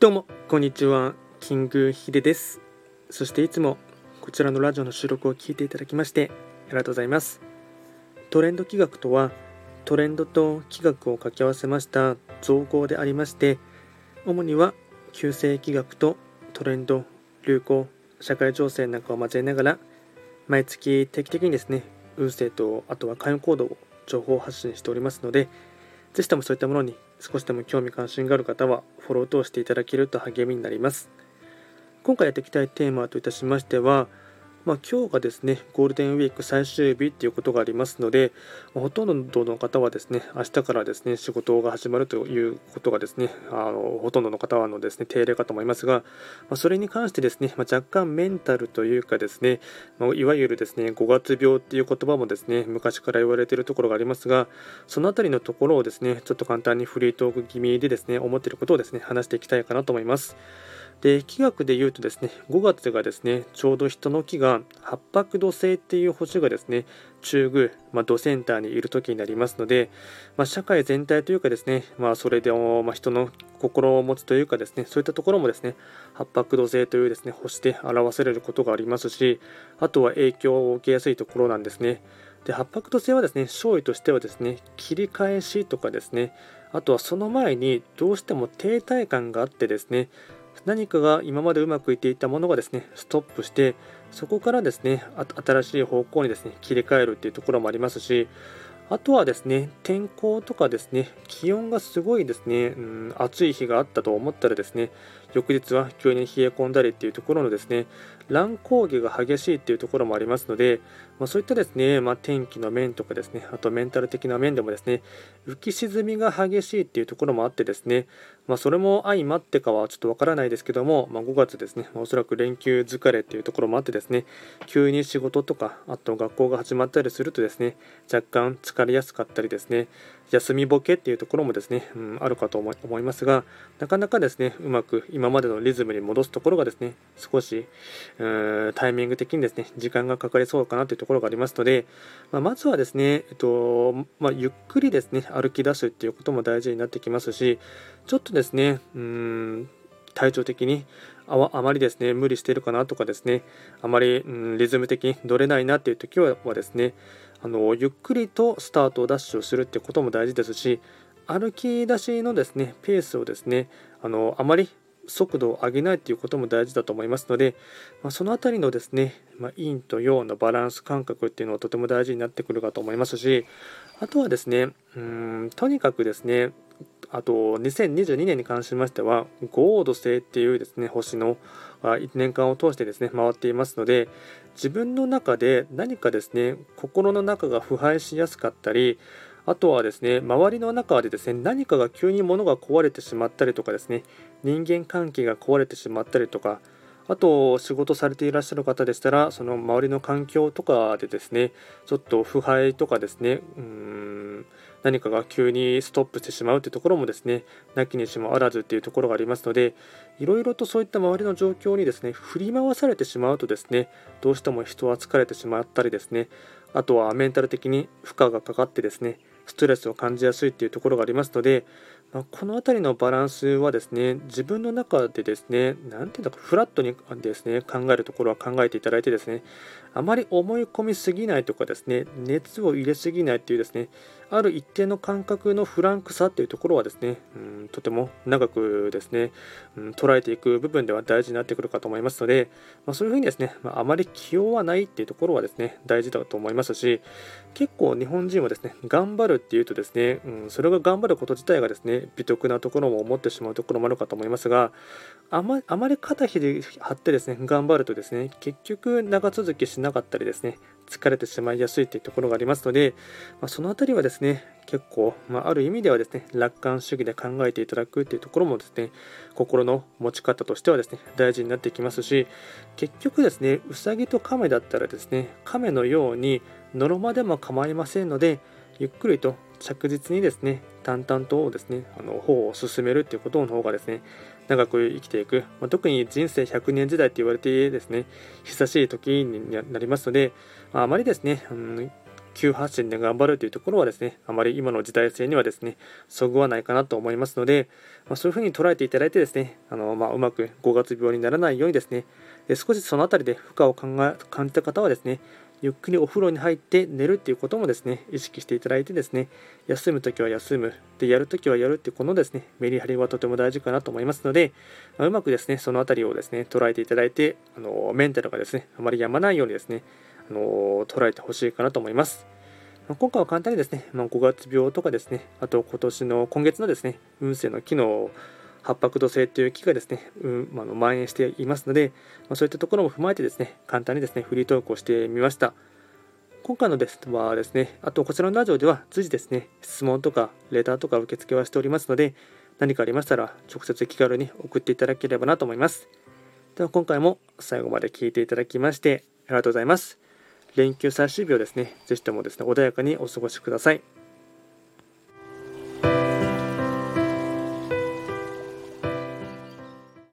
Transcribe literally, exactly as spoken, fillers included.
どうもこんにちは、キングヒデです。そしていつもこちらのラジオの収録を聞いていただきましてありがとうございます。トレンド企画とは、トレンドと企画を掛け合わせました造語でありまして、主には旧世企画とトレンド、流行、社会情勢なんかを交えながら、毎月定期的にですね、運勢とあとは開運行動を情報発信しておりますので、ぜひともそういったものに少しでも興味関心がある方はフォロー等していただけると励みになります。今回やっていきたいテーマといたしましては、まあ、今日がですねゴールデンウィーク最終日ということがありますので、まあ、ほとんどの方はですね明日からですね仕事が始まるということがですねあのほとんどの方はのですね定例かと思いますが、まあ、それに関してですね、まあ、若干メンタルというかですね、まあ、いわゆるですねごがつ病っていう言葉もですね昔から言われているところがありますが、そのあたりのところをですねちょっと簡単にフリートーク気味でですね思っていることをですね話していきたいかなと思います。で、気学で言うとですね、ごがつがですね、ちょうど人の木が八白土星っていう星がですね、中宮、まあ、土センターにいる時になりますので、まあ、社会全体というかですね、まあ、それで、まあ、人の心を持つというかですね、そういったところもですね、八白土星というですね、星で表されることがありますし、あとは影響を受けやすいところなんですね。で、八白土星はですね、勝利としてはですね、切り返しとかですね、あとはその前にどうしても停滞感があってですね、何かが今までうまくいっていたものがですねストップして、そこからですね新しい方向にですね切り替えるっていうところもありますし、あとはですね天候とかですね気温がすごいですね、うん、暑い日があったと思ったらですね翌日は急に冷え込んだりっていうところのですね乱高下が激しいっていうところもありますので、まあ、そういったですね、まあ、天気の面とかですね、あとメンタル的な面でもですね浮き沈みが激しいっていうところもあってですね、まあ、それも相まってかはちょっとわからないですけども、まあ、ごがつですね、まあ、おそらく連休疲れっていうところもあってですね、急に仕事とかあと学校が始まったりするとですね若干疲れやすかったりですね、休みボケっていうところもですね、うん、あるかと思い思いますが、なかなかですねうまく今までのリズムに戻すところがですね少しうーんタイミング的にですね時間がかかりそうかなというところがありますので、まあ、まずはですね、えっとまあ、ゆっくりですね歩き出すっていうことも大事になってきますし、ちょっとですねうーん体調的にあわあまりですね無理しているかなとかですね、あまり、うん、リズム的に乗れないなっていう時はですね、あのゆっくりとスタートダッシュをするってことも大事ですし、歩き出しのですねペースをですねあのあまり速度を上げないということも大事だと思いますので、まあ、そのあたりのですね、まあ、陰と陽のバランス感覚っていうのはとても大事になってくるかと思いますし、あとはですねうーんとにかくですね、あとにせんにじゅうにねんに関しましてはゴード星っていうですね星のいちねんかんを通してですね回っていますので、自分の中で何かですね心の中が腐敗しやすかったり、あとはですね周りの中でですね何かが急に物が壊れてしまったりとかですね、人間関係が壊れてしまったりとか、あと仕事されていらっしゃる方でしたらその周りの環境とかでですねちょっと腐敗とかですねうーん何かが急にストップしてしまうというところもですねなきにしもあらずというところがありますので、いろいろとそういった周りの状況にですね振り回されてしまうとですねどうしても人は疲れてしまったりですね、あとはメンタル的に負荷がかかってですねストレスを感じやすいというところがありますので、まあ、この辺りのバランスはですね自分の中でですねなんていうんだかフラットにですね考えるところは考えていただいてですね、あまり思い込みすぎないとかですね熱を入れすぎないというですねある一定の感覚のフランクさというところはですね、うん、とても長くですね、うん、捉えていく部分では大事になってくるかと思いますので、まあ、そういうふうにですね、まあ、あまり気負わないっていうところはですね大事だと思いますし、結構日本人はですね頑張るっていうとですね、うん、それが頑張ること自体がですね美徳なところも思ってしまうところもあるかと思いますが、あまあまり肩ひで張ってですね頑張るとですね結局長続きしなかったりですね疲れてしまいやすいというところがありますので、まあ、そのあたりはですね結構、まあ、ある意味ではですね楽観主義で考えていただくというところもですね心の持ち方としてはですね大事になってきますし、結局ですねうさぎと亀だったらですね亀のようにのろまでも構いませんので、ゆっくりと着実にですね淡々とですねあの方を進めるということの方がですね長く生きていく、まあ、特に人生ひゃくねん時代と言われてですね久しい時になりますので、まあ、あまりですね、うん急発進で頑張るというところはですね、あまり今の時代性にはですね、そぐわないかなと思いますので、まあ、そういうふうに捉えていただいてですね、あのまあ、うまくごがつ病にならないようにですね、で少しそのあたりで負荷を考え感じた方はですね、ゆっくりお風呂に入って寝るっていうこともですね、意識していただいてですね、休むときは休む、でやるときはやるっていうこのですね、メリハリはとても大事かなと思いますので、まあ、うまくですね、そのあたりをですね、捉えていただいて、あのメンタルがですね、あまりやまないようにですね、あの捉えてほしいかなと思います。まあ、今回は簡単にですね、まあ、ごがつ病とかですね、あと今年の今月のですね、運勢の機能、八白土星という気がですね、うんまあ、の蔓延していますので、まあ、そういったところも踏まえてですね、簡単にですね、フリートークをしてみました。今回のですはですね、あとこちらのラジオでは随時ですね、質問とかレターとか受付はしておりますので、何かありましたら直接気軽に送っていただければなと思います。では今回も最後まで聞いていただきましてありがとうございます。連休最終日をですね、ぜひともですね、穏やかにお過ごしください。